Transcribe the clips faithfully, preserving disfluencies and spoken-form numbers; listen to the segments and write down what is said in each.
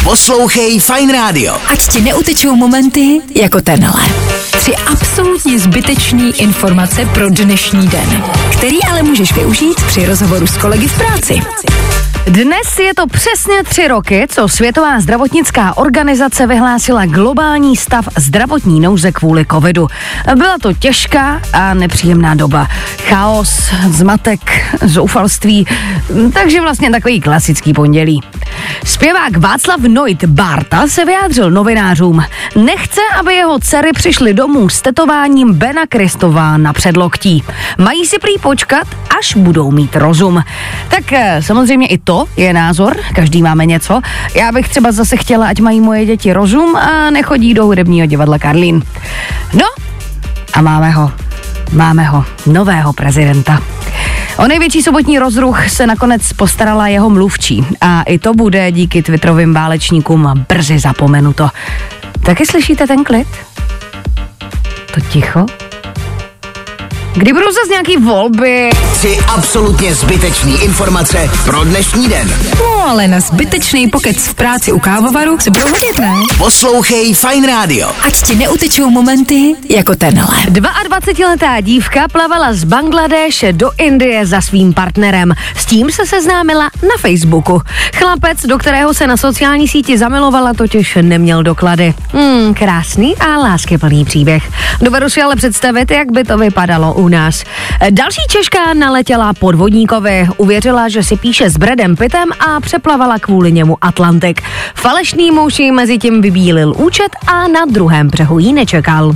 Poslouchej Fajn rádio. Ať ti neutečou momenty jako tenhle. Tři absolutně zbytečný informace pro dnešní den, který ale můžeš využít při rozhovoru s kolegy v práci. Dnes je to přesně tři roky, co Světová zdravotnická organizace vyhlásila globální stav zdravotní nouze kvůli covidu. Byla to těžká a nepříjemná doba. Chaos, zmatek, zoufalství, takže vlastně takový klasický pondělí. Zpěvák Václav Noit Bárta se vyjádřil novinářům. Nechce, aby jeho dcery přišly domů s tetováním Bena Kristova na předloktí. Mají si prý počkat, až budou mít rozum. Tak samozřejmě i to je názor, každý máme něco. Já bych třeba zase chtěla, ať mají moje děti rozum a nechodí do hudebního divadla Karlín. No a máme ho, máme ho, nového prezidenta. O největší sobotní rozruch se nakonec postarala jeho mluvčí a i to bude díky twitterovým válečníkům brzy zapomenuto. Taky slyšíte ten klid? To ticho? Kdy budou zase nějaký volby? Tři absolutně zbytečný informace pro dnešní den. No ale na zbytečný pokec v práci u kávovaru se budou hodit, ne? Poslouchej Fajn rádio. Ať ti neutečou momenty jako tenhle. dvaadvacetiletá dívka plavala z Bangladéše do Indie za svým partnerem. S tím se seznámila na Facebooku. Chlapec, do kterého se na sociální síti zamilovala, totiž neměl doklady. Hmm, krásný a láskyplný příběh. Dovedu si ale představit, jak by to vypadalo u nás. Další Češka naletěla podvodníkovi. Uvěřila, že si píše s Bradem Pittem a přeplavala kvůli němu Atlantik. Falešný muž jí mezi tím vybílil účet a na druhém břehu jí nečekal.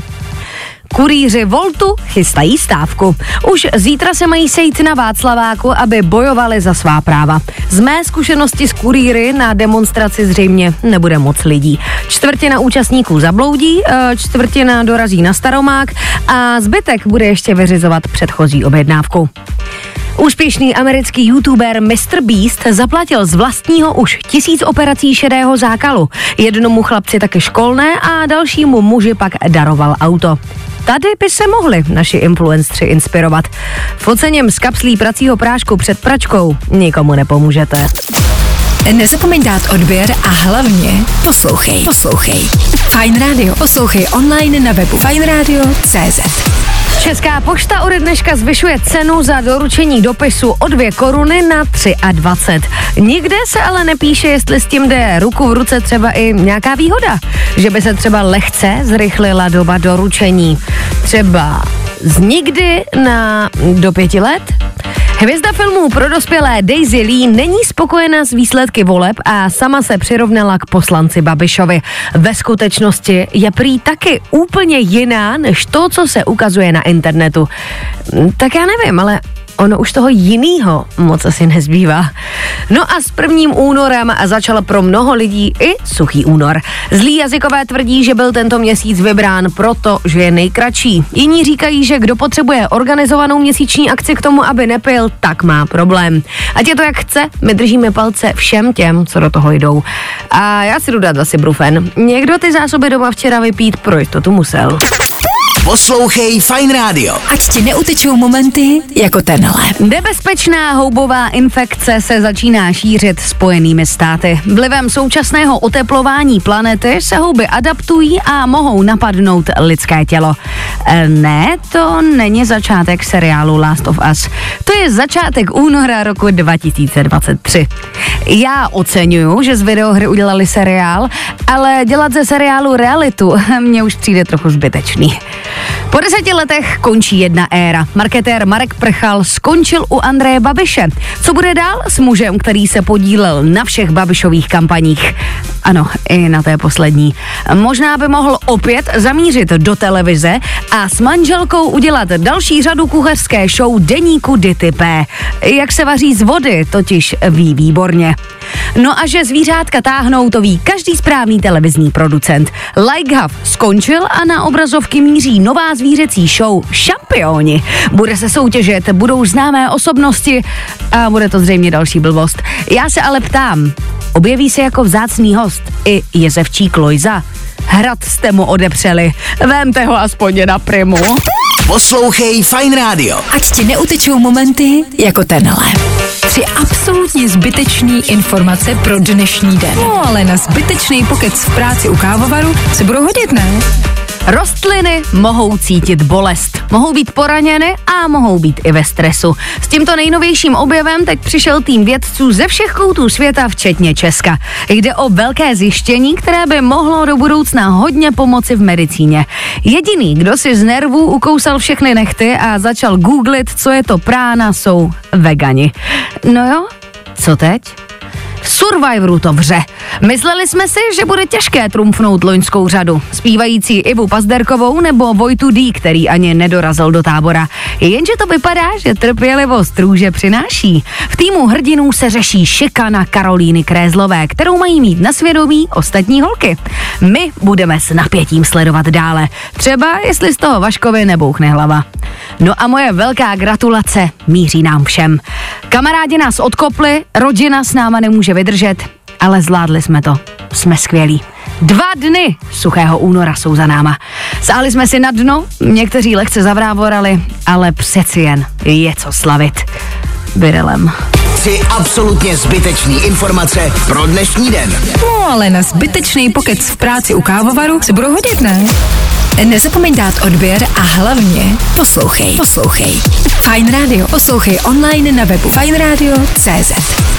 Kurýři Voltu chystají stávku. Už zítra se mají sejít na Václaváku, aby bojovali za svá práva. Z mé zkušenosti s kurýry na demonstraci zřejmě nebude moc lidí. Čtvrtina účastníků zabloudí, čtvrtina dorazí na Staromák a zbytek bude ještě vyřizovat předchozí objednávku. Úspěšný americký youtuber mister Beast zaplatil z vlastního už tisíc operací šedého zákalu. Jednomu chlapci také školné a dalšímu muži pak daroval auto. Tady by se mohli naši influenceri inspirovat. Focením z kapslí pracího prášku před pračkou nikomu nepomůžete. Nezapomeň dát odběr a hlavně poslouchej. Poslouchej. Fajn rádio. Poslouchej online na webu fajn radio tečka cé zet. Česká pošta ode dneška zvyšuje cenu za doručení dopisu o dvě koruny na dvacet tři. Nikde se ale nepíše, jestli s tím jde ruku v ruce třeba i nějaká výhoda. Že by se třeba lehce zrychlila doba doručení. Třeba z nikdy na do pěti let. Hvězda filmů pro dospělé Daisy Lee není spokojená s výsledky voleb a sama se přirovnala k poslanci Babišovi. Ve skutečnosti je prý taky úplně jiná než to, co se ukazuje na internetu. Tak já nevím, ale ono už toho jinýho moc asi nezbývá. No a s prvním únorem začal pro mnoho lidí i suchý únor. Zlí jazykové tvrdí, že byl tento měsíc vybrán proto, že je nejkratší. Jiní říkají, že kdo potřebuje organizovanou měsíční akci k tomu, aby nepil, tak má problém. Ať je to jak chce, my držíme palce všem těm, co do toho jdou. A já si jdu dát asi brufen. Někdo ty zásoby doma včera vypít pro jistotu musel. Poslouchej Fajn rádio. Ať ti neutečou momenty jako tenhle. Nebezpečná houbová infekce se začíná šířit Spojenými státy. Vlivem současného oteplování planety se houby adaptují a mohou napadnout lidské tělo. Ne, to není začátek seriálu Last of Us. To je začátek února roku dva tisíce dvacet tři. Já oceňuju, že z videohry udělali seriál, ale dělat ze seriálu realitu mně už přijde trochu zbytečný. Po deseti letech končí jedna éra. Marketér Marek Prchal skončil u Andreje Babiše. Co bude dál s mužem, který se podílel na všech Babišových kampaních? Ano, i na té poslední. Možná by mohl opět zamířit do televize a s manželkou udělat další řadu kuchařské show deníku Dity P. Jak se vaří z vody, totiž ví výborně. No a že zvířátka táhnou, to ví každý správný televizní producent. Like Huff skončil a na obrazovky míří nová zvířecí show Šampioni. Bude se soutěžit, budou známé osobnosti a bude to zřejmě další blbost. Já se ale ptám, objeví se jako vzácný host i jezevčík Lojza? Hrad jste mu odepřeli, vemte ho aspoň na primu. Poslouchej Fajn rádio. Ať ti neutečou momenty jako tenhle. Tři absolutně zbytečný informace pro dnešní den. No ale na zbytečný pokec v práci u kávovaru se budou hodit, ne? Rostliny mohou cítit bolest, mohou být poraněny a mohou být i ve stresu. S tímto nejnovějším objevem tak přišel tým vědců ze všech koutů světa, včetně Česka. Jde o velké zjištění, které by mohlo do budoucna hodně pomoci v medicíně. Jediný, kdo si z nervů ukousal všechny nehty a začal googlit, co je to prána, jsou vegani. No jo, co teď? V Survivoru to vře. Mysleli jsme si, že bude těžké trumfnout loňskou řadu. Zpívající Ivu Pazderkovou nebo Vojtu D, který ani nedorazil do tábora. Jenže to vypadá, že trpělivost růže přináší. V týmu hrdinů se řeší šikana Karolíny Krézlové, kterou mají mít na svědomí ostatní holky. My budeme s napětím sledovat dále. Třeba jestli z toho Vaškovi nebouchne hlava. No a moje velká gratulace míří nám všem. Kamarádi nás odkopli, rodina s náma nemůže vydržet, ale zvládli jsme to. Jsme skvělí. Dva dny suchého února jsou za náma. Sáhli jsme si na dno, někteří lehce zavrávorali, ale přeci jen je co slavit. Birelem. Tři absolutně zbytečný informace pro dnešní den. No ale na zbytečný pokec v práci u kávovaru se budou hodit, ne? Nezapomeň dát odběr a hlavně poslouchej. Poslouchej. Fajn rádio. Poslouchej online na webu fajn rádio tečka cé zet.